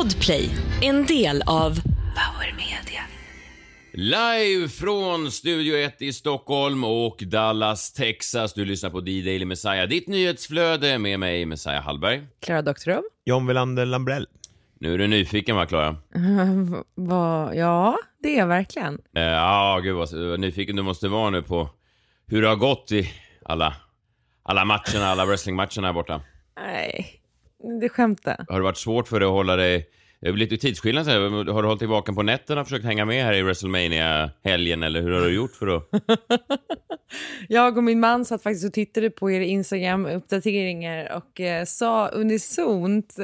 Podplay, en del av Power Media. Live från Studio 1 i Stockholm och Dallas, Texas. Du lyssnar på D-Daily Messiah. Ditt nyhetsflöde med mig, Messiah Hallberg. Klara Doktorov. John Wilander Lambrell. Nu är du nyfiken, va, Klara? Ja, det är jag verkligen. Gud vad nyfiken du måste vara nu på hur det har gått i alla matcherna, alla wrestlingmatcherna här borta. Nej, det skämtar. Har det varit svårt för dig att hålla dig... Det är lite tidsskillnad. Har du hållit dig vaken på nätterna och försökt hänga med här i WrestleMania-helgen? Eller hur har du gjort för att... Jag och min man satt faktiskt och tittade på er Instagram-uppdateringar och sa unisont...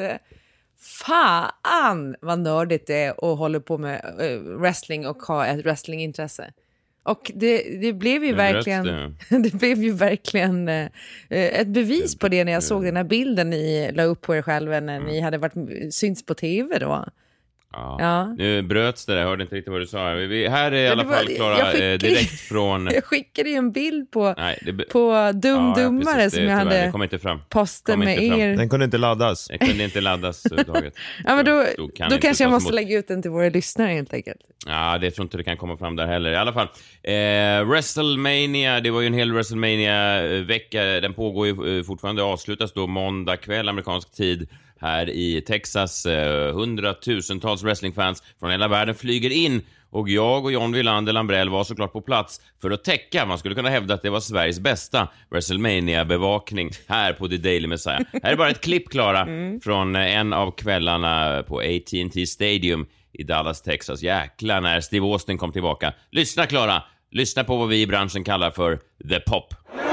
Fan vad nördigt det är att hålla på med wrestling och ha ett wrestlingintresse. Och det blev ju verkligen det blev ju verkligen ett bevis på det när jag såg den här bilden ni la upp på er själva när ni hade varit syns på tv då. Ja. Nu bröts det där, jag hörde inte riktigt vad du sa. Här är i alla fall Klara direkt från... Jag skickade ju en bild på Dummare som jag hade postat med er. Den kunde inte laddas. Den kunde inte laddas överhuvudtaget. Ja, men då kanske jag måste lägga ut den till våra lyssnare helt enkelt. Ja, det tror inte det kan komma fram där heller. I alla fall, WrestleMania, det var ju en hel WrestleMania-vecka. Den pågår ju fortfarande, avslutas då måndag kväll amerikansk tid. Här i Texas, hundratusentals wrestlingfans från hela världen flyger in och jag och John Wilander Lambrell var såklart på plats för att täcka. Man skulle kunna hävda att det var Sveriges bästa WrestleMania-bevakning här på The Daily Messiah. Här är bara ett klipp, Klara, från en av kvällarna på AT&T Stadium i Dallas, Texas. Jäklar när Steve Austin kom tillbaka. Lyssna, Klara. Lyssna på vad vi i branschen kallar för The Pop.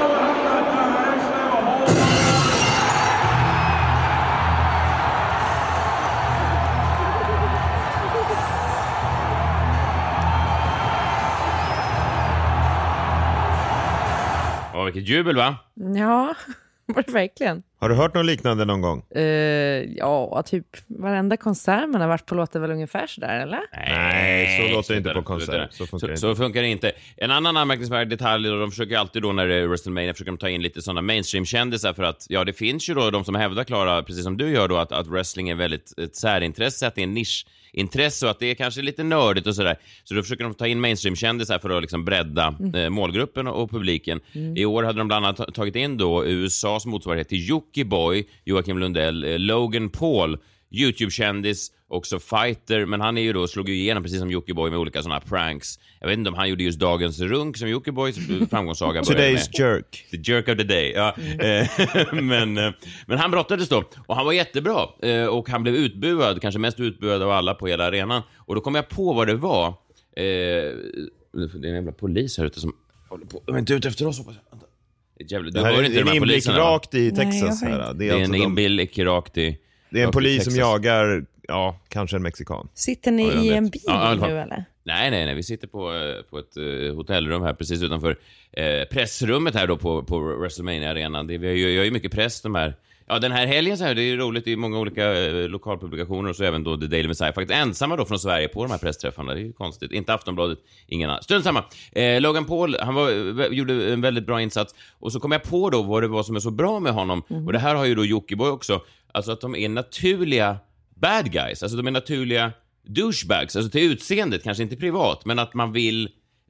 Vilket jubel, va? Ja, var det verkligen. Har du hört något liknande någon gång? Ja, typ varenda konsert man har varit på låter väl ungefär sådär, eller? Nej, så låter det inte på konsert. Så funkar det inte. En annan anmärkningsvärd detalj, och de försöker alltid då när det är WrestleMania försöker de ta in lite sådana mainstream-kändisar för att, ja, det finns ju då de som hävdar, Klara, precis som du gör då, att wrestling är väldigt ett särintresse, att det är en nischintresse och att det är kanske lite nördigt och sådär. Så då försöker de ta in mainstream-kändisar för att liksom bredda målgruppen och publiken. I år hade de bland annat tagit in då USAs motsvarighet till Jockiboi, Joakim Lundell, Logan Paul, YouTube-kändis, också fighter, men han är ju då, slog ju igenom precis som Jockiboi med olika sådana pranks. Jag vet inte om han gjorde just dagens runk som Jockibois framgångssaga började med. Today's jerk. The jerk of the day, ja. Men han brottades då, och han var jättebra. Och han blev utbuad, kanske mest utbuad av alla på hela arenan. Och då kom jag på vad det var. Det är en jävla polis här ute som håller på. De är inte ute efter oss, hoppas jag. Det här är en inblick rakt i Texas. Det är en inblick rakt i... Det är en polis som jagar, kanske en mexikan. Sitter ni i en bil nu, eller? Nej, vi sitter på ett hotellrum här precis utanför pressrummet här då på WrestleMania-arenan. Jag gör ju mycket press de här. Ja, den här helgen så här, det är ju roligt i många olika lokalpublikationer och så även då The Daily Messiah. Faktiskt ensamma då från Sverige på de här pressträffarna. Det är ju konstigt. Inte Aftonbladet, ingen annan. Strunt samma. Logan Paul, gjorde en väldigt bra insats. Och så kom jag på då vad det var som är så bra med honom. Och det här har ju då Jockiboi också. Alltså att de är naturliga bad guys. Alltså de är naturliga douchebags. Alltså till utseendet, kanske inte privat. Men att man vill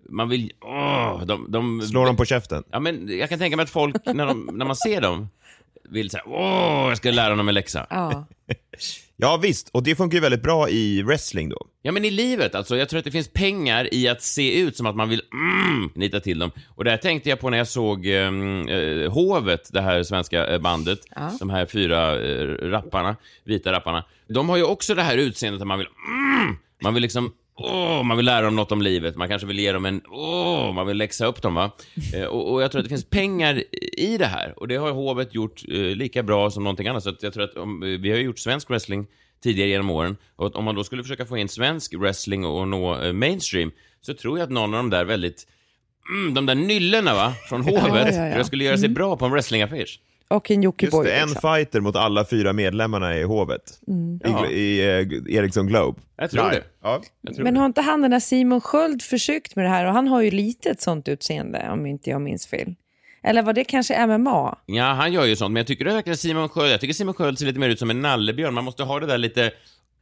de slår dem på käften. Ja, men jag kan tänka mig att folk när man ser dem vill säga, jag ska lära dem en läxa. Ja, visst. Och det funkar ju väldigt bra i wrestling då. Ja, men i livet, alltså. Jag tror att det finns pengar i att se ut som att man vill nita till dem. Och det här tänkte jag på när jag såg Hovet, det här svenska bandet. De här 4 rapparna, vita rapparna. De har ju också det här utseendet att man vill liksom... man vill lära dem något om livet. Man kanske vill ge dem man vill läxa upp dem, va? Och jag tror att det finns pengar i det här. Och det har Hovet gjort lika bra som någonting annat. Så att jag tror att vi har gjort svensk wrestling tidigare genom åren. Och om man då skulle försöka få in svensk wrestling och nå mainstream, så tror jag att någon av de där väldigt... de där nyllorna, va? Från Hovet. Jag skulle göra sig bra på en wrestlingaffisch. Och en Jockiboi. Just det, en fighter mot alla 4 medlemmarna i Hovet. I Ericsson Globe. Jag tror det. Ja. Men har inte han, den där Simon Sköld, försökt med det här? Och han har ju lite ett sånt utseende, om inte jag minns fel. Eller var det kanske MMA? Ja, han gör ju sånt. Men jag tycker det verkar Simon Sköld ser lite mer ut som en nallebjörn. Man måste ha det där lite...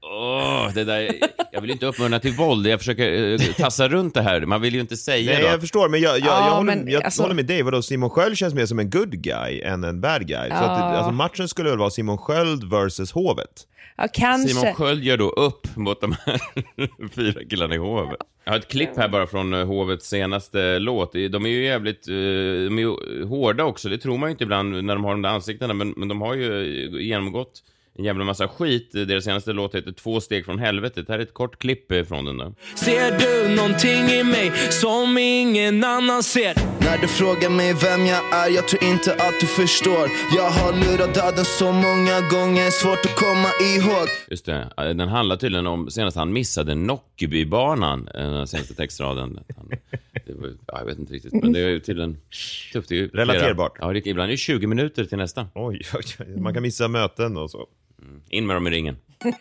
Det där, jag vill inte uppmuntra till våld. Jag försöker tassa runt det här. Man vill ju inte säga. Nej, då. jag förstår, men jag håller med dig. Vadå, Simon Sköld känns mer som en good guy än en bad guy. Så att, alltså, matchen skulle väl vara Simon Sköld versus Hovet. Ja, kanske. Simon Sköld gör då upp mot de här 4 killarna i Hovet. Jag har ett klipp här bara från Hovets senaste låt. De är ju jävligt de är hårda också. Det tror man ju inte ibland när de har de där ansiktena. Men de har ju genomgått en jävla massa skit. Deras senaste låt heter 2 steg från helvetet. Det här är ett kort klipp från den där. Ser du någonting i mig som ingen annan ser? När du frågar mig vem jag är, jag tror inte att du förstår. Jag har lurat döden så många gånger, svårt att komma ihåg. Just det, den handlar tydligen om senast han missade Nockebybanan, den senaste textraden. Jag vet inte riktigt, men det är ju tydligen tufft. Det är ju relaterbart. Ja, ibland är det 20 minuter till nästa. Oj, man kan missa möten och så. In med dem i ringen.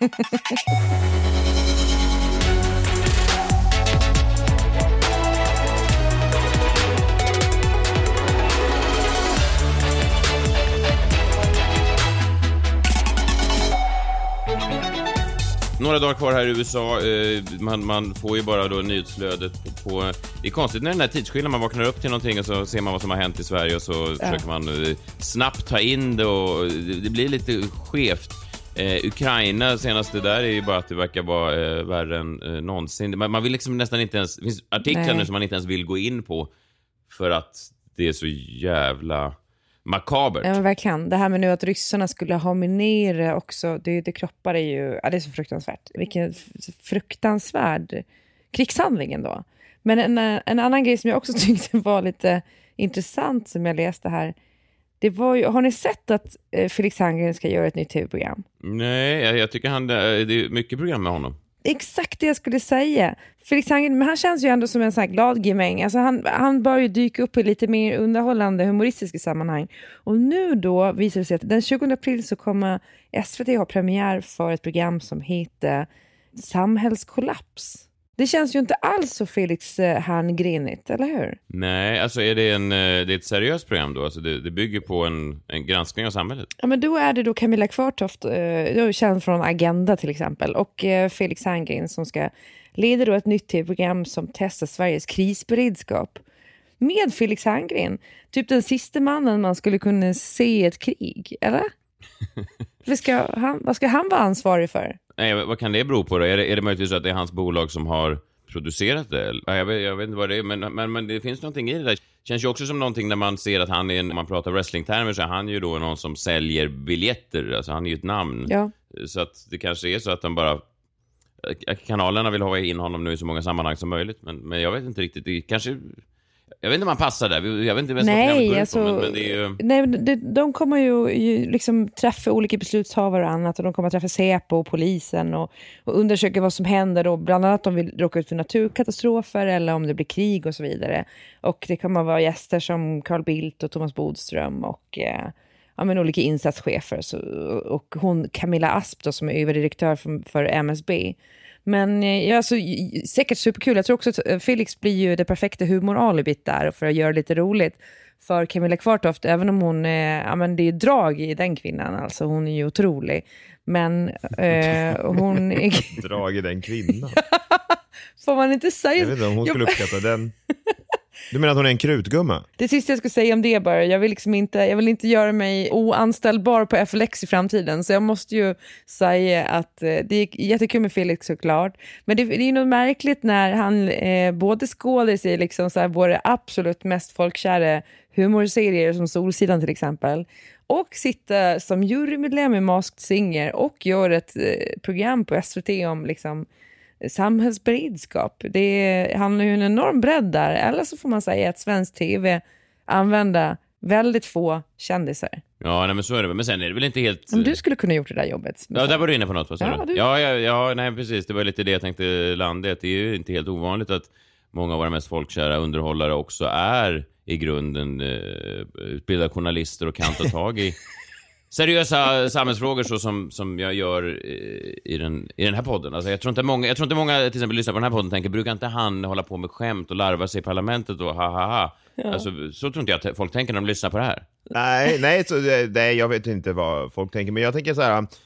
Några dagar kvar här i USA. Man får ju bara då nyhetsflödet på. Det är konstigt när den här tidsskillnaden, man vaknar upp till någonting och så ser man vad som har hänt i Sverige och så försöker man snabbt ta in det och det blir lite skevt. Ukraina senaste där är ju bara att det verkar vara värre än någonsin. Man vill liksom nästan inte ens, det finns artiklar nu som man inte ens vill gå in på för att det är så jävla makabert. Ja, men verkligen. Det här med nu att ryssarna skulle ha minera också, det kroppar är ju, det är så fruktansvärt. Vilken fruktansvärd krigshandling ändå. Men en annan grej som jag också tyckte var lite intressant som jag läste här, det var ju, har ni sett att Felix Herngren ska göra ett nytt tv-program? Nej, jag tycker det är mycket program med honom. Exakt det jag skulle säga. Felix Herngren, men han känns ju ändå som en sån här glad gemäng. Alltså han bör ju dyka upp i lite mer underhållande, humoristiska sammanhang. Och nu då visar det sig att den 20 april så kommer SVT ha premiär för ett program som heter Samhällskollaps. Det känns ju inte alls så Felix Herngrenigt, eller hur? Nej, alltså är det är ett seriöst program då? Alltså det bygger på en granskning av samhället? Ja, men då är det då Camilla Kvartoft, känd från Agenda till exempel, och Felix Herngren som ska leda då ett nytt tv-program som testar Sveriges krisberedskap. Med Felix Herngren, typ den sista mannen man skulle kunna se i ett krig, eller? Vad ska han vara ansvarig för? Nej, vad kan det bero på då? Är det möjligtvis så att det är hans bolag som har producerat det? Jag vet inte vad det är, men det finns någonting i det där. Känns ju också som någonting när man ser att han är, när man pratar wrestlingtermer så är han ju då någon som säljer biljetter. Alltså han är ju ett namn. Ja. Så att det kanske är så att de bara, kanalerna vill ha in honom nu i så många sammanhang som möjligt. Men jag vet inte riktigt, det kanske... Jag vet inte om man passar där. Jag vet inte nej, alltså, men det är ju... Nej, de kommer ju liksom träffa olika beslutshavare och annat. Och de kommer att träffa Säpo och polisen och undersöka vad som händer. Och bland annat om vi råkar ut för naturkatastrofer eller om det blir krig och så vidare. Och det kommer att vara gäster som Carl Bildt och Thomas Bodström och olika insatschefer. Och hon Camilla Asp då, som är överdirektör för MSB. Men alltså, säkert superkul. Jag tror också att Felix blir ju det perfekta humoralibit där för att göra det lite roligt för Camilla Kvartoft, även om hon är, det är drag i den kvinnan, alltså hon är ju otrolig. Men hon är... drag i den kvinnan? Får man inte säga? Jag vet inte om hon skulle uppskatta den. Du menar att hon är en krutgumma? Det sista jag ska säga om det bara, jag vill inte göra mig oanställbar på FLX i framtiden, så jag måste ju säga att det är jättekul med Felix såklart, men det är något märkligt när han både skådar sig liksom så här, våra absolut mest folkkära humorserier som Solsidan till exempel, och sitter som jurymedlem i Masked Singer och gör ett program på SVT om liksom samhällsberedskap. Det handlar ju en enorm bredd där. Eller så får man säga att svensk tv använder väldigt få kändisar. Ja, nej, men så är det. Men sen är det väl inte helt... Om du skulle kunna gjort det där jobbet. Ja, där var du inne på något. Vad sa du? Ja, nej, precis. Det var lite det jag tänkte landa. Det är ju inte helt ovanligt att många av våra mest folkkära underhållare också är i grunden utbildade journalister och kan ta tag i seriösa samhällsfrågor så som jag gör i den här podden. Alltså jag tror inte många till exempel lyssnar på den här podden tänker, brukar inte han hålla på med skämt och larva sig i parlamentet och ha. Ja. Alltså, så tror inte jag att folk tänker när de lyssnar på det här. Nej, jag vet inte vad folk tänker, men jag tänker så här,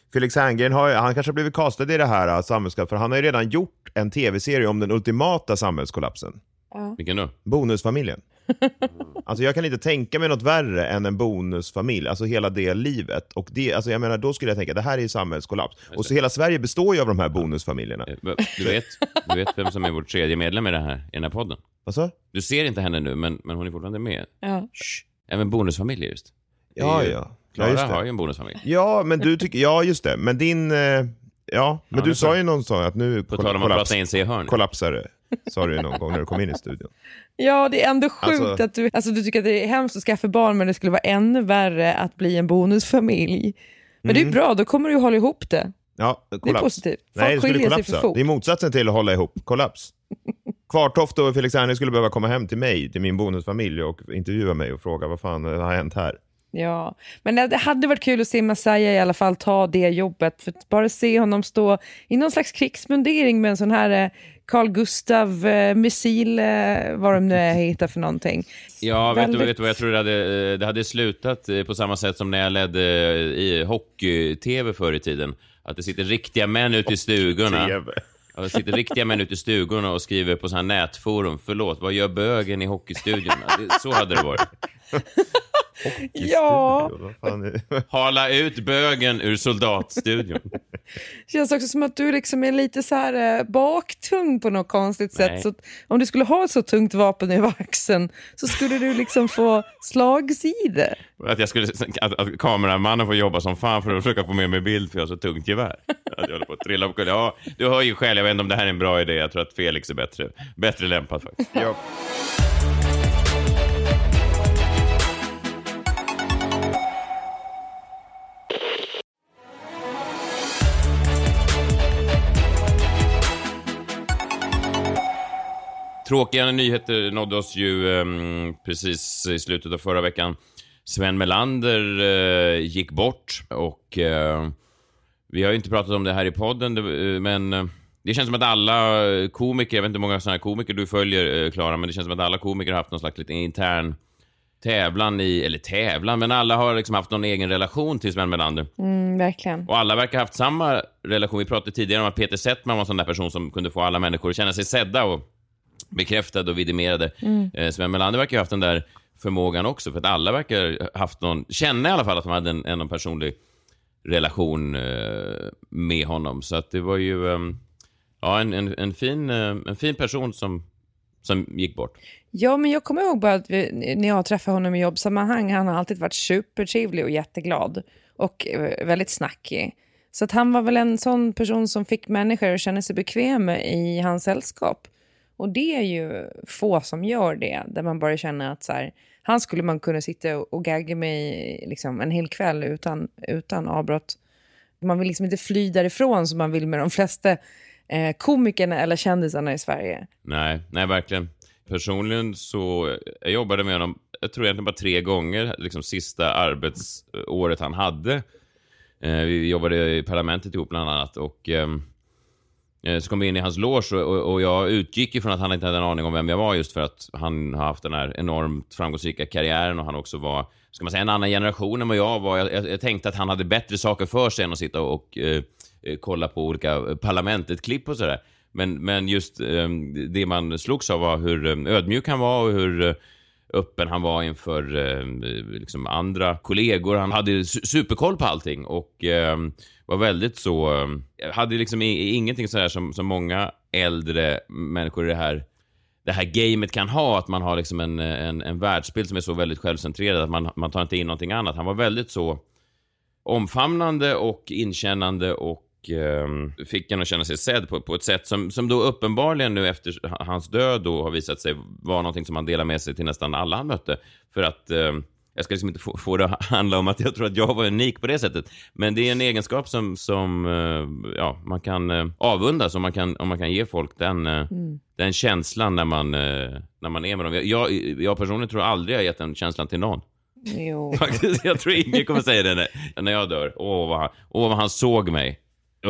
Felix Herngren han kanske har blivit castad i det här samhällskollaps, för han har ju redan gjort en tv-serie om den ultimata samhällskollapsen. Vilken då? Bonusfamiljen. Alltså jag kan inte tänka mig något värre än en bonusfamilj, alltså hela det livet. Och det, alltså jag menar, då skulle jag tänka, det här är ju samhällskollaps. Och så hela Sverige består ju av de här bonusfamiljerna. Du vet vem som är vår tredje medlem i den här podden? Vad så? Du ser inte henne nu, men hon är fortfarande med. Ja. Även bonusfamiljer just. Ja. Klara har ju en bonusfamilj. Ja, men du tycker, ja just det. Men din, men du sa ju någon sån att nu på tal om att prata in sig i hörn. Kollapsare. Sa du någon gång när du kom in i studion. Ja, det är ändå sjukt att du tycker att det är hemskt att skaffa barn, men det skulle vara ännu värre att bli en bonusfamilj. Men det är bra, då kommer du ju hålla ihop det. Ja, kollaps. Det är positivt. Nej, det skulle kollapsa. Det är motsatsen till att hålla ihop. Kollaps. Kvartoft och Felix Herngren skulle behöva komma hem till mig, till min bonusfamilj, och intervjua mig och fråga vad fan har hänt här. Ja, men det hade varit kul att se Messiah i alla fall ta det jobbet. För att bara se honom stå i någon slags krigsmundering med en sån här Carl Gustav missil, vad de nu hittar för någonting. Ja, vet du vad jag tror det hade slutat på samma sätt som när jag ledde i hockey-tv förr i tiden. Att det sitter riktiga män ute i stugorna. Det sitter riktiga män ute i stugorna och skriver på sån här nätforum. Förlåt, vad gör bögen i hockeystudion? Så hade det varit. Ja. Hala ut bögen ur soldatstudion. Känns också som att du liksom är lite så här baktung på något konstigt sätt. Så om du skulle ha ett så tungt vapen i axeln så skulle du liksom få slagsidor. Att kameramannen får jobba som fan för att försöka få med mig bild för jag har så tungt gevär. Att jag håller på att trilla på. Ja, du hör ju själv, jag vet inte om det här är en bra idé. Jag tror att Felix är bättre lämpad faktiskt. Ja. Tråkiga nyheter nådde oss ju precis i slutet av förra veckan. Sven Melander gick bort och vi har ju inte pratat om det här i podden, men det känns som att alla komiker, jag vet inte hur många sådana här komiker du följer, Klara, men det känns som att alla komiker har haft någon slags lite intern tävlan, men alla har liksom haft någon egen relation till Sven Melander. Verkligen. Och alla verkar ha haft samma relation. Vi pratade tidigare om att Peter Settman var en sån där person som kunde få alla människor att känna sig sedda och bekräftade och vidimerade. Sven Melander verkar ha haft den där förmågan också, för att alla verkar haft känna i alla fall att de hade en personlig relation med honom. Så att det var ju en fin person som gick bort. Ja, men jag kommer ihåg bara att när jag träffade honom i jobbsammanhang, han har alltid varit supertrevlig och jätteglad och väldigt snackig. Så att han var väl en sån person som fick människor att känna sig bekväma i hans sällskap. Och det är ju få som gör det, där man bara känner att så här, han skulle man kunna sitta och gagga med liksom en hel kväll utan avbrott. Man vill liksom inte fly därifrån som man vill med de flesta komikerna eller kändisarna i Sverige. Nej, verkligen. Personligen så jag jobbade med honom, jag tror egentligen bara 3 gånger, liksom sista arbetsåret han hade. Vi jobbade i parlamentet ihop bland annat, och så kom vi in i hans loge och jag utgick ifrån att han inte hade en aning om vem jag var, just för att han har haft den här enormt framgångsrika karriären och han också var, ska man säga, en annan generation än vad jag var. Jag tänkte att han hade bättre saker för sig än att sitta och kolla på olika parlamentet-klipp och sådär. Men just det man slogs av var hur ödmjuk han var och hur öppen han var inför liksom andra kollegor. Han hade superkoll på allting och var väldigt så, hade liksom ingenting sådär som många äldre människor i det här gamet kan ha, att man har liksom en världsbild som är så väldigt självcentrerad att man tar inte in någonting annat. Han var väldigt så omfamnande och inkännande och fick en att känna sig sedd på ett sätt som då uppenbarligen nu efter hans död då har visat sig vara någonting som han delar med sig till nästan alla han mötte. För att jag ska liksom inte få det att handla om att jag tror att jag var unik på det sättet, men det är en egenskap som man kan avundas, om man kan ge folk den känslan när man är med dem. Jag personligen tror aldrig jag har gett den känslan till någon. Jo. Faktiskt, jag tror ingen kommer säga det när jag dör. Vad han såg mig. Och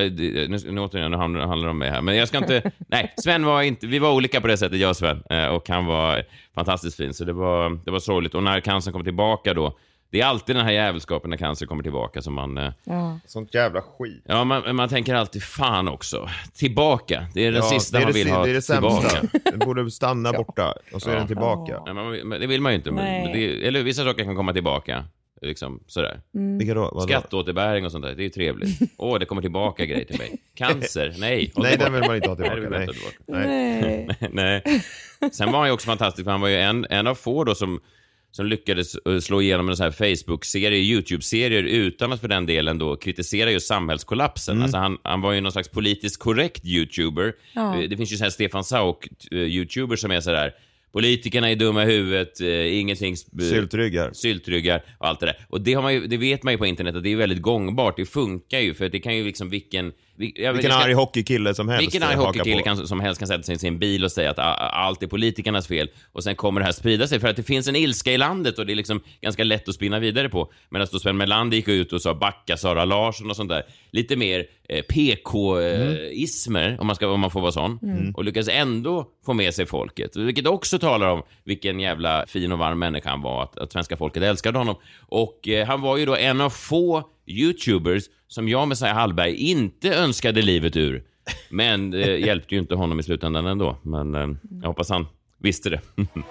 nu handlar det om mig här. Men jag ska inte... Nej, Sven var inte... Vi var olika på det sättet, jag och Sven. Och han var fantastiskt fin. Så det var sorgligt. Och när cancern kom tillbaka då, Det är alltid den här jävelskapen när cancer kommer tillbaka som man... Sånt jävla skit. Ja, man tänker alltid fan också. Tillbaka. Det är det sista det är man vill ha det är det tillbaka. sämsta. Den borde stanna borta och så är den tillbaka. Men det vill man ju inte. Eller vissa saker kan komma tillbaka. Liksom sådär. Vilka då? Skatteåterbäring och sånt där. Det är ju trevligt. Det kommer tillbaka grejer till mig. Cancer, nej. Nej, den vill man inte ha tillbaka. Nej. Sen var han ju också fantastisk, för han var ju en av få då som lyckades slå igenom en sån här Facebook-serie, YouTube-serier utan att för den delen då kritisera just samhällskollapsen. Alltså han var ju någon slags politiskt korrekt YouTuber. Det finns ju så här Stefan Sauk-YouTuber som är så där: politikerna är dumma i huvudet, ingenting... Syltryggar och allt det där. Och det vet man ju på internet att det är väldigt gångbart. Det funkar ju, för det kan ju liksom vilken arg hockeykille som helst. Vilken arg hockeykille som helst kan sätta sig i sin bil och säga att allt är politikernas fel. Och sen kommer det här sprida sig för att det finns en ilska i landet och det är liksom ganska lätt att spinna vidare på. Medan då Sven Melander gick ut och sa backa Sara Larsson och sånt där. Lite mer PK-ismer, om man får vara sån. Och lyckas ändå få med sig folket. Vilket också talar om vilken jävla fin och varm människa han var. Att svenska folket älskade honom. Och han var ju då en av få YouTubers som jag, Messiah Hallberg, inte önskade livet ur. Men det hjälpte ju inte honom i slutändan ändå. Men jag hoppas han visste det.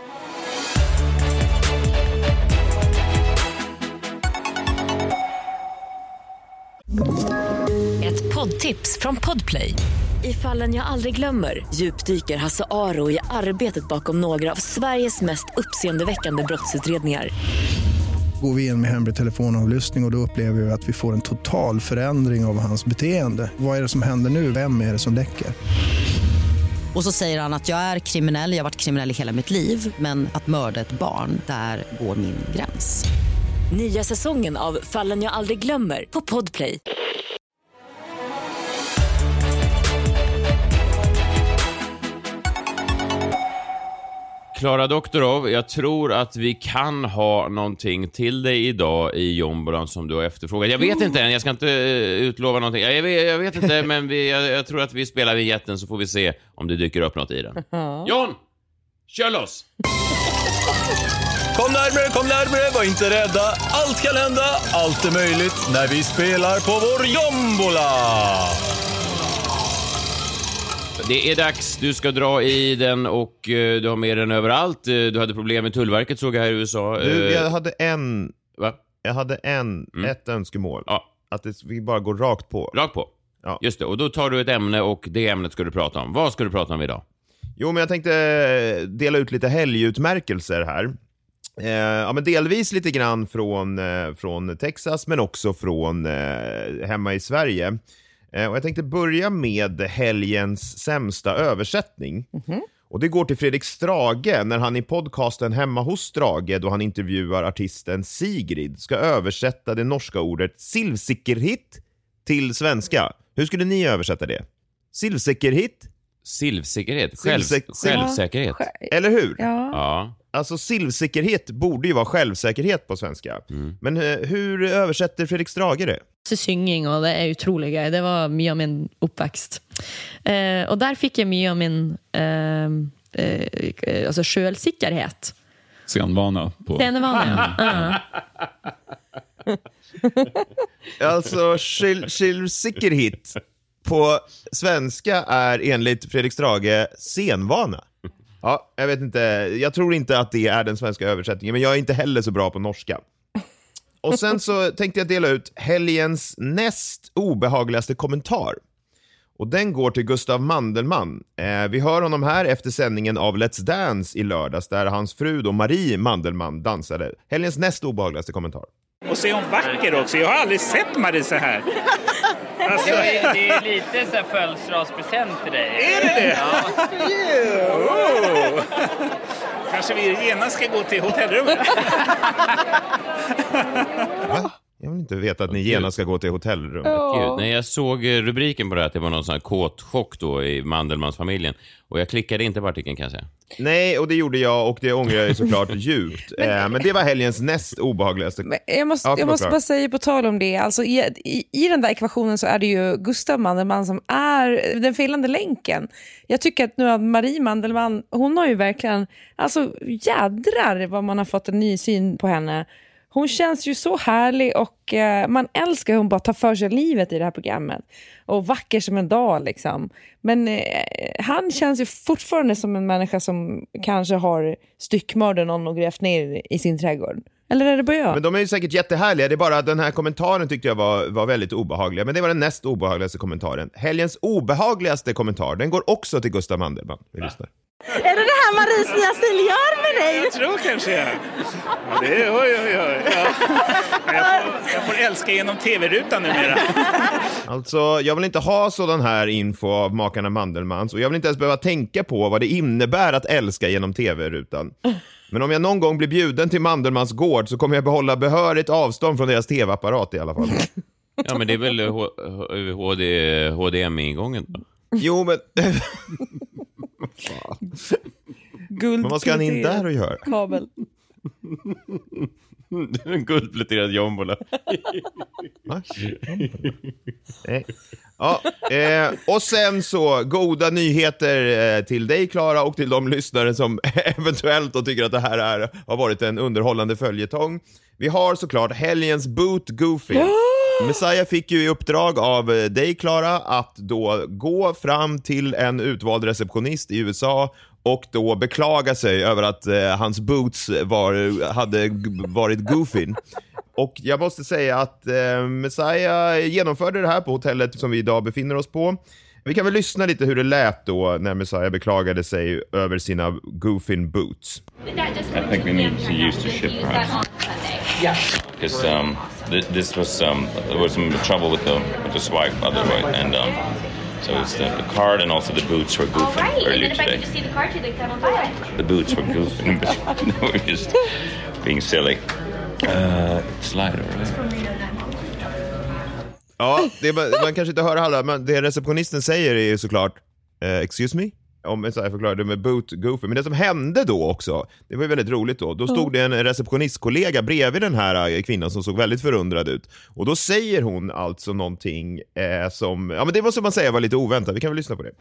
Ett poddtips från Podplay. I Fallen jag aldrig glömmer djupdyker Hasse Aro i arbetet bakom några av Sveriges mest uppseendeväckande brottsutredningar. Går vi in med hemlig telefonavlyssning och då upplever vi att vi får en total förändring av hans beteende. Vad är det som händer nu? Vem är det som läcker? Och så säger han att jag är kriminell, jag har varit kriminell i hela mitt liv. Men att mörda ett barn, där går min gräns. Nya säsongen av Fallen jag aldrig glömmer på Podplay. Klara Doktorov, jag tror att vi kan ha någonting till dig idag i Jombolan som du har efterfrågat. Jag vet inte än, jag ska inte utlova någonting. Jag vet inte, men jag tror att vi spelar vignetten så får vi se om det dyker upp något i den. John, kör loss! Kom närmare, var inte rädda. Allt kan hända, allt är möjligt när vi spelar på vår Jombola. Det är dags, du ska dra i den och du har med den överallt. Du hade problem med Tullverket, såg jag här i USA. Jag hade ett önskemål. Ja. Att vi bara går rakt på. Rakt på? Ja. Just det, och då tar du ett ämne och det ämnet ska du prata om. Vad ska du prata om idag? Jo, men jag tänkte dela ut lite helgutmärkelser här. Men delvis lite grann från Texas, men också från hemma i Sverige. Och jag tänkte börja med helgens sämsta översättning. Och det går till Fredrik Strage när han i podcasten Hemma hos Strage, då han intervjuar artisten Sigrid, ska översätta det norska ordet silvsikkerhet till svenska. Hur skulle ni översätta det? Silvsikkerhet? Självsäkerhet. Eller hur? Ja. Alltså silvsikkerhet borde ju vara självsäkerhet på svenska. Men hur översätter Fredrik Strage det? Synging, och det är utroligt gøy. Det var mye av min oppvekst. Og der fikk jeg mye av min altså sjølsikkerhet. Scenvana. Alltså självsikkerhet på svenska är enligt Fredrik Strage scenvana. Ja, jag vet inte. Jag tror inte att det är den svenska översättningen, men jag är inte heller så bra på norska. Och sen så tänkte jag dela ut helgens näst obehagligaste kommentar. Och den går till Gustav Mandelmann. Vi hör honom här efter sändningen av Let's Dance i lördags, där hans fru då Marie Mandelmann dansade. Helgens näst obehagligaste kommentar. Och så är hon vacker också. Jag har aldrig sett Marie så här. Alltså... Det är lite så här födelsedagspresent till dig. Är det det? Ja. Oh. Kanske vi genast ska gå till hotellrummet. Va? Jag vill inte veta att ni genast ska gå till hotellrummet. Gud, när jag såg rubriken på det här, att det var någon sån här kåtchock då i Mandelmans-familjen. Och jag klickade inte på artikeln, kan jag säga. Nej, och det gjorde jag, och det ångrar jag såklart djupt. Men det var helgens näst obehagligaste. Men jag måste bara säga på tal om det. Alltså i den där ekvationen så är det ju Gustav Mandelmann som är den felande länken. Jag tycker att nu att Marie Mandelmann, hon har ju verkligen, alltså jädrar vad man har fått en ny syn på henne. Hon känns ju så härlig och man älskar hur hon bara tar för sig livet i det här programmet. Och vacker som en dag liksom. Men han känns ju fortfarande som en människa som kanske har styckmördat någon och grävt ner i sin trädgård. Eller är det bara jag? Men de är ju säkert jättehärliga. Det är bara att den här kommentaren tyckte jag var väldigt obehaglig. Men det var den näst obehagligaste kommentaren. Helgens obehagligaste kommentar, den går också till Gustav Mandelmann. Vi lyssnar. Är det här Maries nya stil gör med dig? Jag tror kanske jag. Ja, det är oj. Ja. Jag får älska genom tv-rutan numera. Alltså, jag vill inte ha sådan här info av makarna Mandelmanns. Och jag vill inte ens behöva tänka på vad det innebär att älska genom tv-rutan. Men om jag någon gång blir bjuden till Mandelmans gård så kommer jag behålla behörigt avstånd från deras tv-apparat i alla fall. Ja, men det är väl HDMI-ingången då? Jo, men... Men vad ska han in där och göra? Kabel. En guldpläterad jombola. Ja, och sen så goda nyheter till dig, Klara, och till de lyssnare som eventuellt då tycker att det här har varit en underhållande följetong. Vi har såklart helgens Boot Goofy. Messiah fick ju i uppdrag av dig, Klara, att då gå fram till en utvald receptionist i USA och då beklaga sig över att hans boots hade varit goofy. Och jag måste säga att Messiah genomförde det här på hotellet som vi idag befinner oss på. Vi kan väl lyssna lite hur det lät då när Messiah beklagade sig över sina goofin boots. I think we need to use the ship perhaps. Yeah. Because this was there was some trouble with the swipe otherwise, and so it's the card and also the boots were goofing earlier today. Did you see the card to the boots were goofing, but no, we're just being silly. Slider, right? Ja, man kanske inte hör alla, men det receptionisten säger är ju såklart excuse me? Om jag förklarade med boot goofy. Men det som hände då också, det var ju väldigt roligt då. Då stod det en receptionistkollega bredvid den här kvinnan som såg väldigt förundrad ut. Och då säger hon alltså någonting som, ja men det måste man säga var lite oväntat. Vi kan väl lyssna på det.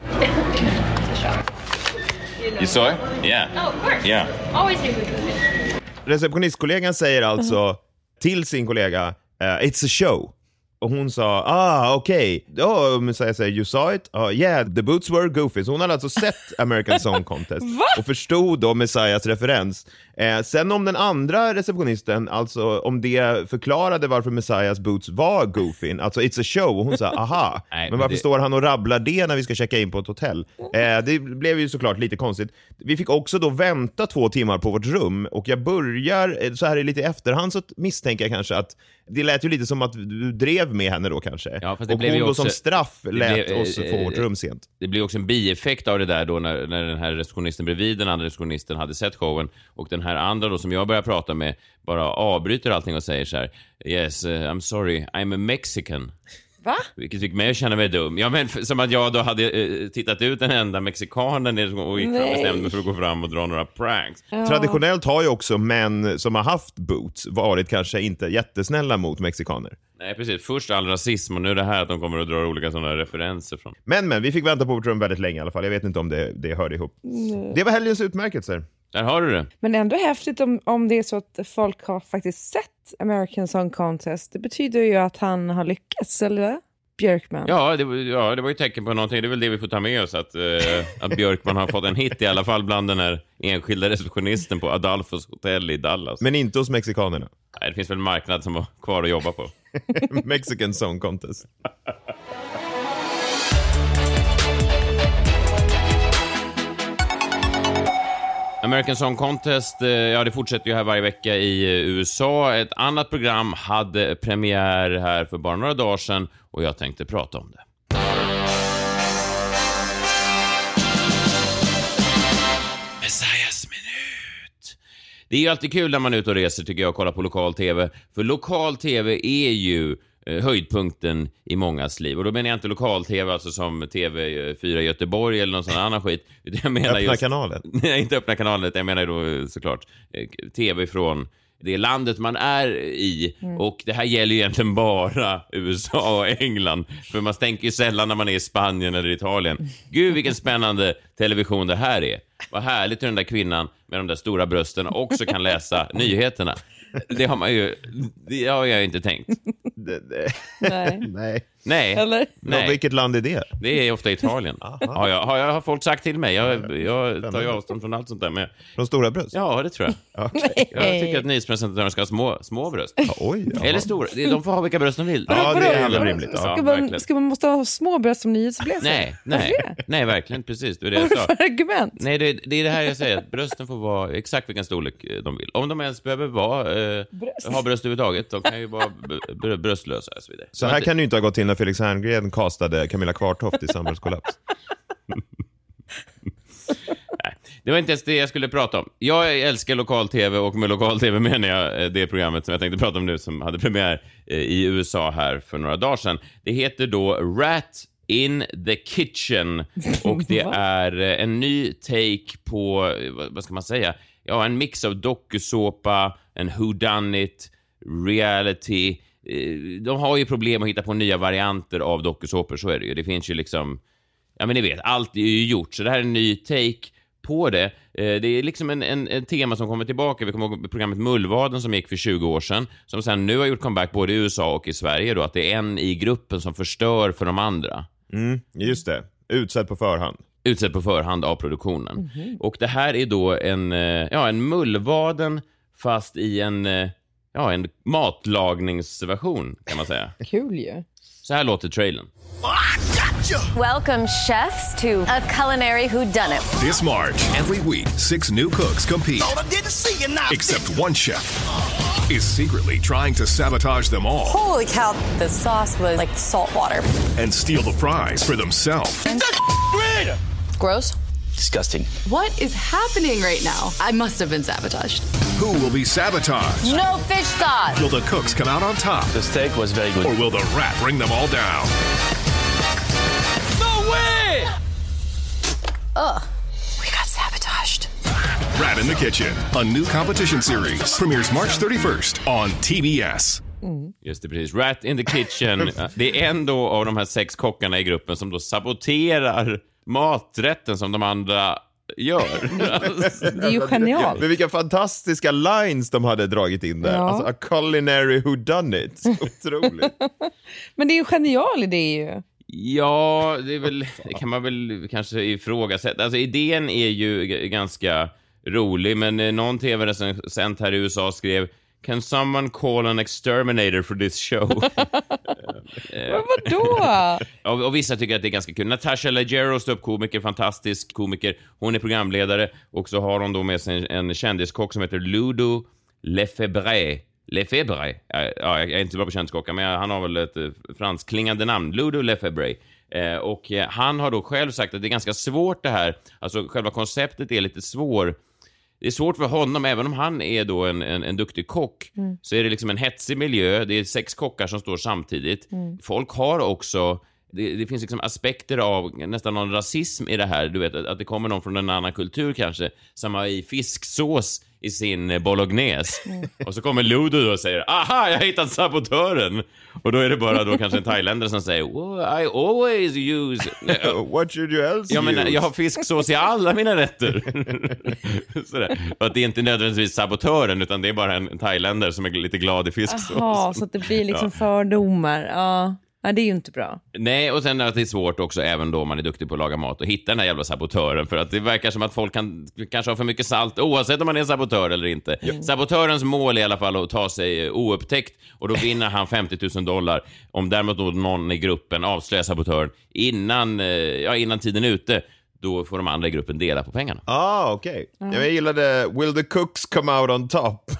You saw it? Yeah. Oh, of course. Yeah. Always knew goofy. Receptionistkollegan säger alltså till sin kollega it's a show. Och hon sa, okej. Okay. Messiah säger, you saw it? Yeah, the boots were goofy. Så hon hade alltså sett American Song Contest. Och förstod då Messiahs referens. Sen om den andra receptionisten, alltså om det förklarade varför Messiahs boots var goofy, alltså it's a show. Och hon sa, aha. Nej, men varför står han och rabblar det när vi ska checka in på ett hotell? Det blev ju såklart lite konstigt. Vi fick också då vänta 2 timmar på vårt rum. Och jag börjar, så här i lite efterhand så misstänker jag kanske att det lät ju lite som att du drev med henne då kanske. Ja, fast det och blev hon ju då också, som straff lät oss få vårt rum sent. Det blev också en bieffekt av det där då när den här receptionisten bredvid den andra receptionisten hade sett showen och den här andra då som jag börjar prata med bara avbryter allting och säger så här: yes, I'm sorry, I'm a Mexican. Va? Vilket fick mig att känna mig dum. Ja, men som att jag då hade tittat ut den enda mexikanen och gick fram och bestämde mig för att gå fram och dra några pranks. Ja. Traditionellt har ju också män som har haft boots varit kanske inte jättesnälla mot mexikaner. Nej, precis. Först all rasism och nu det här att de kommer att dra olika sådana referenser från. Men vi fick vänta på vårt rum väldigt länge i alla fall. Jag vet inte om det hörde ihop. Det var helgens utmärkelser. Där har du det. Men ändå häftigt om det är så att folk har faktiskt sett American Song Contest. Det betyder ju att han har lyckats, eller? Björkman. Ja, det var ju tecken på någonting. Det är väl det vi får ta med oss, att Björkman har fått en hit i alla fall bland den här enskilda receptionisten på Adolfos hotell i Dallas. Men inte hos mexikanerna. Nej, det finns väl en marknad som var kvar att jobba på. Mexican Song Contest. American Song Contest, ja det fortsätter ju här varje vecka i USA. Ett annat program hade premiär här för bara några dagar sedan och jag tänkte prata om det. Messiahs minut. Det är ju alltid kul när man är ute och reser tycker jag och kollar på lokal-tv. För lokal-tv är ju höjdpunkten i mångas liv. Och då menar jag inte lokal-tv alltså som TV4 Göteborg eller någon sån annan skit. Jag menar öppna kanalen. Nej, inte öppna kanalen. Jag menar då såklart TV från det landet man är i. Och det här gäller ju egentligen bara USA och England. För man tänker ju sällan när man är i Spanien eller Italien. Gud vilken spännande television det här är. Vad härligt hur den där kvinnan med de där stora brösten också kan läsa nyheterna. Det har man ju... Det har jag inte tänkt. Nej. Eller? Nej. Vilket land är det? Det är ofta Italien. har folk sagt till mig. Jag tar ju avstånd från allt sånt där. Men... Från stora bröst? Ja, det tror jag. Okay. Jag tycker att nyhetspresentatörer ska ha små bröst. Oj, eller stora. De får ha vilka bröst de vill. Ja, det är rimligt. Ska man måste ha små bröst som nyhetsläsare? Nej, verkligen. Precis. Det är det jag sa. Vad är det för argument? Nej, det är det här jag säger. Att brösten får vara exakt vilken storlek de vill. Om de ens behöver ha bröst överhuvudtaget, de kan ju vara bröstlösa och så vidare. Så här kan det ju inte ha gått till när Felix Herngren castade Camilla Kvartoft i Samhällskollaps. Nej, det var inte ens det jag skulle prata om. Jag älskar lokal-tv, och med lokal-tv menar jag det programmet som jag tänkte prata om nu, som hade premiär i USA här för några dagar sedan. Det heter då Rat in the Kitchen, och det är en ny take på, vad ska man säga? Ja, en mix av dokusåpa, en whodunit, reality. De har ju problem att hitta på nya varianter av dokusåpor, så är det ju. Det finns ju liksom, ja men ni vet, allt är ju gjort. Så det här är en ny take på det. Det är liksom en tema som kommer tillbaka. Vi kommer ihåg programmet Mullvaden som gick för 20 år sedan, som sen nu har gjort comeback både i USA och i Sverige då, att det är en i gruppen som förstör för de andra. Just det. Utsedd på förhand av produktionen. Och det här är då en Mullvaden fast i en matlagningsversion, kan man säga. Kul ju. Så här låter trailern. Welcome, chefs, to a culinary whodunit. This March, every week, 6 new cooks compete. Except one chef is secretly trying to sabotage them all. Holy cow, the sauce was like salt water. And steal the prize for themselves. Gross. Disgusting. What is happening right now? I must have been sabotaged. Who will be sabotaged? No fish sauce. Will the cooks come out on top? The steak was very good. Or will the rat bring them all down? No way! Ugh. We got sabotaged. Rat in the Kitchen, a new competition series. Premieres March 31st on TBS. Just det, precis. Rat in the Kitchen. Det är en då av de här 6 kockarna i gruppen som då saboterar maträtten som de andra gör. Det är ju genialt. Men vilka fantastiska lines de hade dragit in där. Ja. Alltså, a culinary whodunit. Otroligt. Men det är ju en genial idé ju. Ja, det kan man väl kanske ifrågasätta. Alltså idén är ju ganska rolig, men någon tv-recensent här i USA skrev: Can someone call an exterminator for this show? Men vadå? Och vissa tycker att det är ganska kul. Natasha Leggero, ståuppkomiker, fantastisk komiker. Hon är programledare, och så har hon då med sig en kändiskock som heter Ludo Lefebvre. Jag är inte så bra på kändiskockar, men han har väl ett franskklingande namn. Ludo Lefebvre. Och han har då själv sagt att det är ganska svårt det här. Alltså själva konceptet är lite svår. Det är svårt för honom, även om han är då en duktig kock, så är det liksom en hetsig miljö. Det är 6 kockar som står samtidigt. Folk har också, det finns liksom aspekter av nästan någon rasism i det här. Du vet, att det kommer någon från en annan kultur kanske, som har i fisksås i sin bolognese. Och så kommer Ludo då och säger: aha, jag har hittat sabotören. Och då är det bara då kanske en thailändare som säger: I always use what should you else use? Men jag har fisksås i alla mina rätter. Sådär. Och att det är inte nödvändigtvis sabotören, utan det är bara en thailändare som är lite glad i fisksås. Jaha, så att det blir liksom fördomar. Ja. Ja, det är ju inte bra. Nej, och sen att det är svårt också, även då man är duktig på att laga mat, och hitta den här jävla sabotören, för att det verkar som att folk kanske ha för mycket salt, oavsett om man är sabotör eller inte. Sabotörens mål är i alla fall att ta sig oupptäckt, och då vinner han $50,000. Om däremot någon i gruppen avslöjar sabotören innan tiden är ute, då får de andra i gruppen dela på pengarna. Okej. Jag gillade Will the cooks come out on top?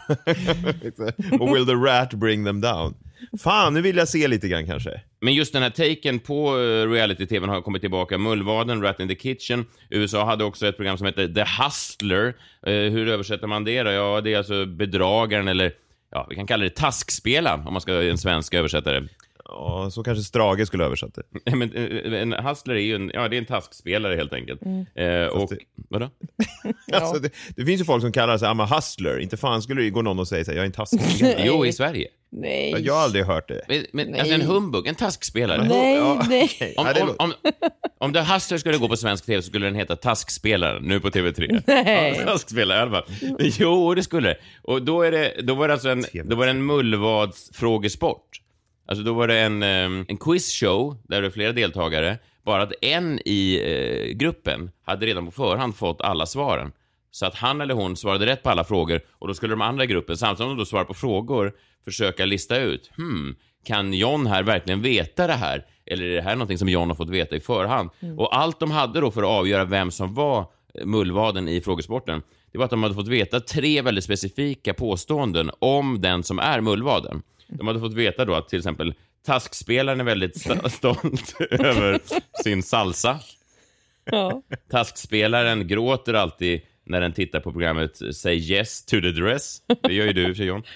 Och will the rat bring them down? Fan, nu vill jag se lite grann kanske. Men just den här taken på reality-tvn har kommit tillbaka. Mullvaden, Rat in the Kitchen. USA hade också ett program som heter The Hustler. Hur översätter man det då? Ja, det är alltså bedragaren, eller ja, vi kan kalla det taskspelaren, om man ska en svensk översättare. Ja, så kanske Strage skulle översätta det. Men en hustler är ju det är en taskspelare helt enkelt. Vadå? Alltså, det finns ju folk som kallar sig I'm a hustler. Inte fan skulle det gå någon och säga så här, jag är en taskspelare. Jo, i Sverige. Nej. Jag har aldrig hört det. Men alltså en humbug, en taskspelare. Nej. Om The Hustler skulle gå på svensk tv så skulle den heta Taskspelaren, nu på TV3. Nej. Ja, taskspelare i alla fall. Jo, det skulle det. Och då var det alltså en mullvadsfrågesport. Alltså då var det en quizshow där det var flera deltagare. Bara att en i gruppen hade redan på förhand fått alla svaren. Så att han eller hon svarade rätt på alla frågor. Och då skulle de andra i gruppen, samtidigt som de då svarar på frågor, försöka lista ut. Kan John här verkligen veta det här? Eller är det här någonting som John har fått veta i förhand? Och allt de hade då för att avgöra vem som var mullvaden i frågesporten, det var att de hade fått veta 3 väldigt specifika påståenden om den som är mullvaden. De hade fått veta då att till exempel taskspelaren är väldigt stolt över sin salsa. Ja. Taskspelaren gråter alltid när den tittar på programmet Say Yes to the Dress. Det gör ju du för John.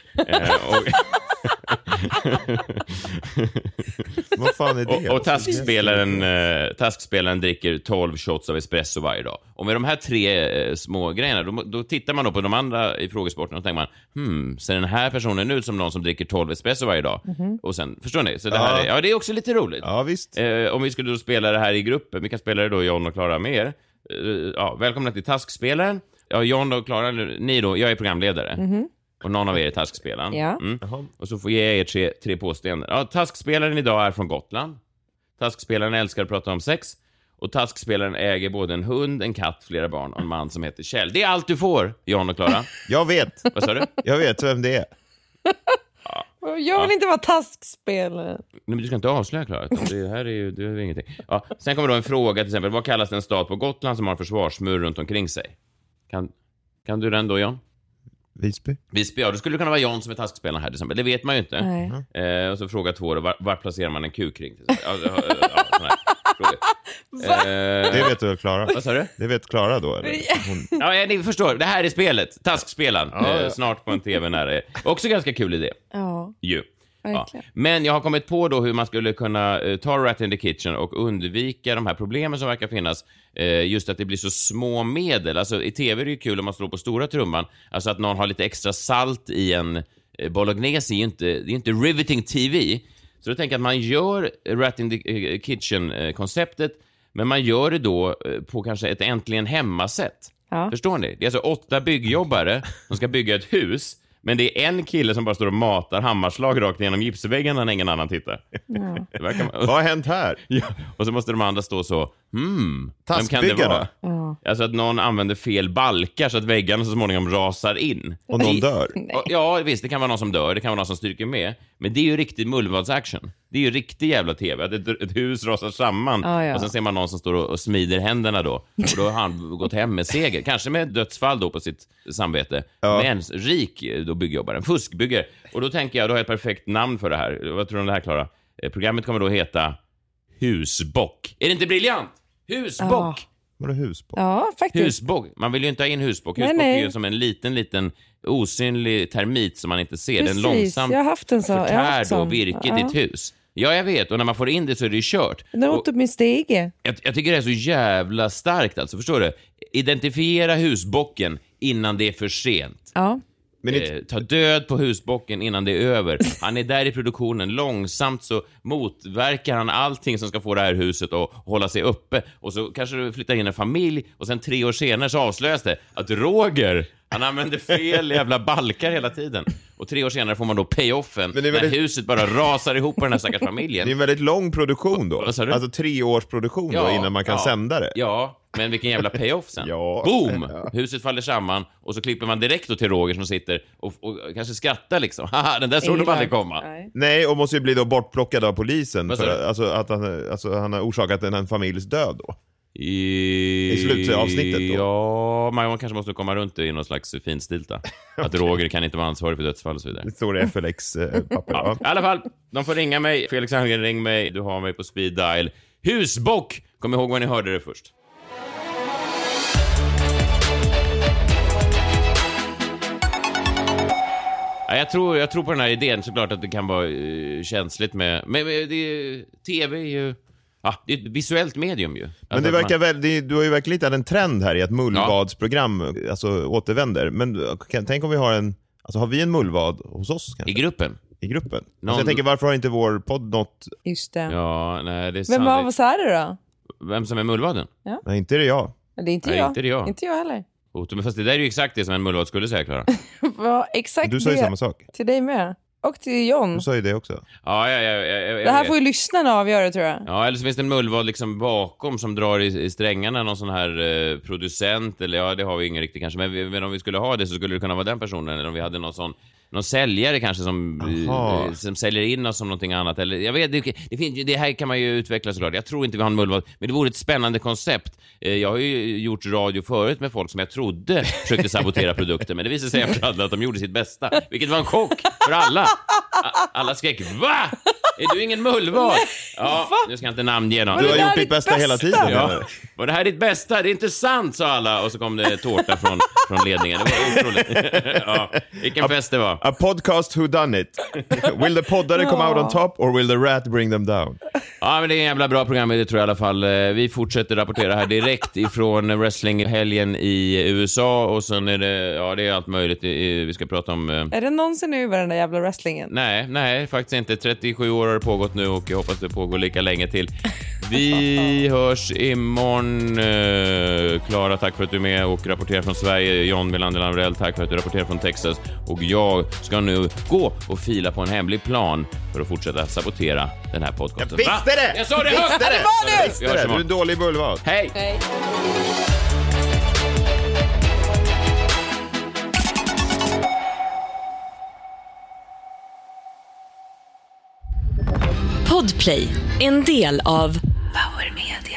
Vad fan är det? Och taskspelaren dricker 12 shots av espresso varje dag. Och med de här 3 små grejerna, då tittar man då på de andra i frågesporten och tänker man, ser den här personen ut som någon som dricker 12 espresso varje dag? Och sen, förstår ni? Så det här det är också lite roligt. Ja, visst. Om vi skulle då spela det här i gruppen, vi kan spela det då John och Klara med er. Välkomna till taskspelaren. Ja, John och Klara, ni då, jag är programledare. Och någon av er är taskspelaren. Ja. Och så får jag er 3 påståenden. Ja, taskspelaren idag är från Gotland. Taskspelaren älskar att prata om sex. Och taskspelaren äger både en hund, en katt, flera barn och en man som heter Kjell. Det är allt du får, John och Klara. Jag vet. Vad sa du? Jag vet vem det är. Jag vill inte vara taskspelare. Men du ska inte avslöja, Klara. Det här är ju ingenting. Ja, sen kommer då en fråga till exempel. Vad kallas den stad på Gotland som har en försvarsmur runt omkring sig? Kan du den då, John? Visby, ja. Då skulle det kunna vara John som är taskspelaren här till exempel. Det vet man ju inte. Och så fråga 2 då. Var placerar man en kuk kring? Det vet du, Klara. Vad sa du? Det vet Klara då, eller? Ja, ni förstår. Det här är spelet. Taskspelaren. Snart på en tv nära. Också ganska kul idé. Ja. Ja. Men jag har kommit på då hur man skulle kunna ta Rat in the Kitchen och undvika de här problemen som verkar finnas. Just att det blir så små medel. Alltså i tv är det ju kul om man slår på stora trumman. Alltså att någon har lite extra salt i en bolognese. Det är inte riveting tv. Så då tänker jag att man gör Rat in the Kitchen-konceptet, men man gör det då på kanske ett äntligen hemmasätt. Ja. Förstår ni? Det är alltså 8 byggjobbare som ska bygga ett hus. Men det är en kille som bara står och matar hammarslag rakt igenom gipsväggen när ingen annan tittar. Ja. Vad har hänt här? Ja. Och så måste de andra stå så. Vem kan det vara? Ja. Alltså att någon använder fel balkar så att väggarna så småningom rasar in. Och någon dör? Ja, visst. Det kan vara någon som dör. Det kan vara någon som stryker med. Men det är ju riktig mullvadsaction. Det är ju riktig jävla tv. Att ett hus rasar samman. Och sen ser man någon som står och smider händerna då. Och då har han gått hem med seger. Kanske med dödsfall då på sitt samvete. Men rik då byggjobbaren. Fuskbyggare. Och då tänker jag, då har jag ett perfekt namn för det här. Vad tror du om det här, Klara? Programmet kommer då heta Husbock. Är det inte briljant? Husbock! Vadå husbock? Ja, faktiskt. Husbock. Man vill ju inte ha in husbock. Husbock är ju som en liten osynlig termit som man inte ser. Precis. Den långsamt förtär då virke i ditt hus. Ja, jag vet. Och när man får in det så är det ju kört. Den åt upp min stege. Jag tycker det är så jävla starkt alltså. Förstår du? Identifiera husbocken innan det är för sent. Ja. Men ta död på husbocken innan det är över. Han är där i produktionen. Långsamt så motverkar han allting som ska få det här huset att hålla sig uppe. Och så kanske du flyttar in en familj. Och sen 3 år senare så avslöjas det att Roger, han använder fel jävla balkar hela tiden. Och 3 år senare får man då payoffen när huset bara rasar ihop på den här stackars familjen. Det är en väldigt lång produktion då. Vad sa du? Alltså 3 års produktion då innan man kan sända det. Ja, men vilken jävla payoff sen. Boom! Huset faller samman och så klipper man direkt då till Roger som sitter och kanske skrattar liksom. Haha, den där såg du aldrig komma. Nej, och måste ju bli då bortplockad av polisen för att han har orsakat en familjs död då. I slutavsnittet då. Ja, man kanske måste komma runt i någon slags finstilta. Att Roger kan inte vara ansvarig för dödsfall och så vidare. Det står det FLX-papper. I alla fall, de får ringa mig. Felix Herngren, ring mig. Du har mig på speed dial. Husbock! Kom ihåg vad ni hörde det först. Jag tror på den här idén, såklart att det kan vara känsligt med tv är ju det är ett visuellt medium ju. Alltså men det verkar du har ju verkligen hittat en trend här i att mullvadsprogram alltså återvänder. Men tänk om vi har har vi en mullvad hos oss kanske? I gruppen? i gruppen. Alltså jag tänker, varför har inte vår podd nått... Just det. Ja, nej, det är sant. Vem av oss är det då? Vem som är mullvaden? Ja. Nej, inte det jag. Det är inte nej, jag. Inte det jag. Inte jag heller. Men fast det där är ju exakt det som en mullvad skulle säga, Klara. Ja, exakt. Du sa ju samma sak. Till dig med. Och till John. Du sa ju det också. Ja, det här får ju lyssnarna avgöra, tror jag. Ja, eller så finns det en mullvad liksom bakom som drar i strängarna, någon sån här producent, eller ja, det har vi ingen riktigt kanske, men om vi skulle ha det så skulle det kunna vara den personen, eller om vi hade någon säljare kanske som säljer in oss som någonting annat, eller jag vet, det här kan man ju utveckla såklart. Jag tror inte vi har en mullvad, men det vore ett spännande koncept. Jag har ju gjort radio förut med folk som jag trodde försökte sabotera produkter, men det visade sig efterhand att de gjorde sitt bästa, vilket var en chock för alla. Alla skrek, va? Är du ingen mullvad? Ja, nu ska jag inte namnge någon. Du har gjort ditt bästa hela tiden. Ja. Var det här ditt bästa? Det är inte sant, sa alla. Och så kom det tårta från ledningen. Det var otroligt. Ja, vilken fest det var. A podcast who done it. Will the poddare come out on top or will the rat bring them down? Ja, men det är en jävla bra program, det tror jag i alla fall. Vi fortsätter rapportera här direkt ifrån wrestlinghelgen i USA. Och sen är det är allt möjligt vi ska prata om. Är det någonsin över den där jävla wrestlingen? Nej, faktiskt inte. 37 år har det pågått nu och jag hoppas det pågår lika länge till. Vi hörs imorgon. Klara, tack för att du är med och rapporterar från Sverige. John Melander Lambrell, tack för att du rapporterar från Texas. Och jag ska nu gå och fila på en hemlig plan för att fortsätta sabotera den här podcasten. Jag visste det! Jag sa det högt! Du är en dålig mullvad. Hej! Podplay, en del av Power Media.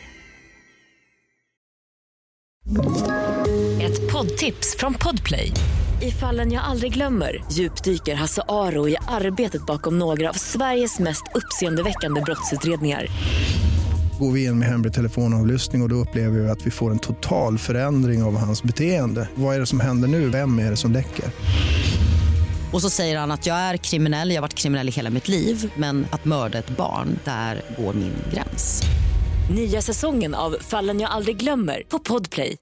Ett poddtips från Podplay. I Fallen jag aldrig glömmer djupdyker Hasse Aro i arbetet bakom några av Sveriges mest uppseendeväckande brottsutredningar. Går vi in med hemlig telefonavlyssning och då upplever vi att vi får en total förändring av hans beteende. Vad är det som händer nu? Vem är det som läcker? Och så säger han att jag är kriminell, jag har varit kriminell i hela mitt liv. Men att mörda ett barn, där går min gräns. Nya säsongen av Fallen jag aldrig glömmer på Podplay.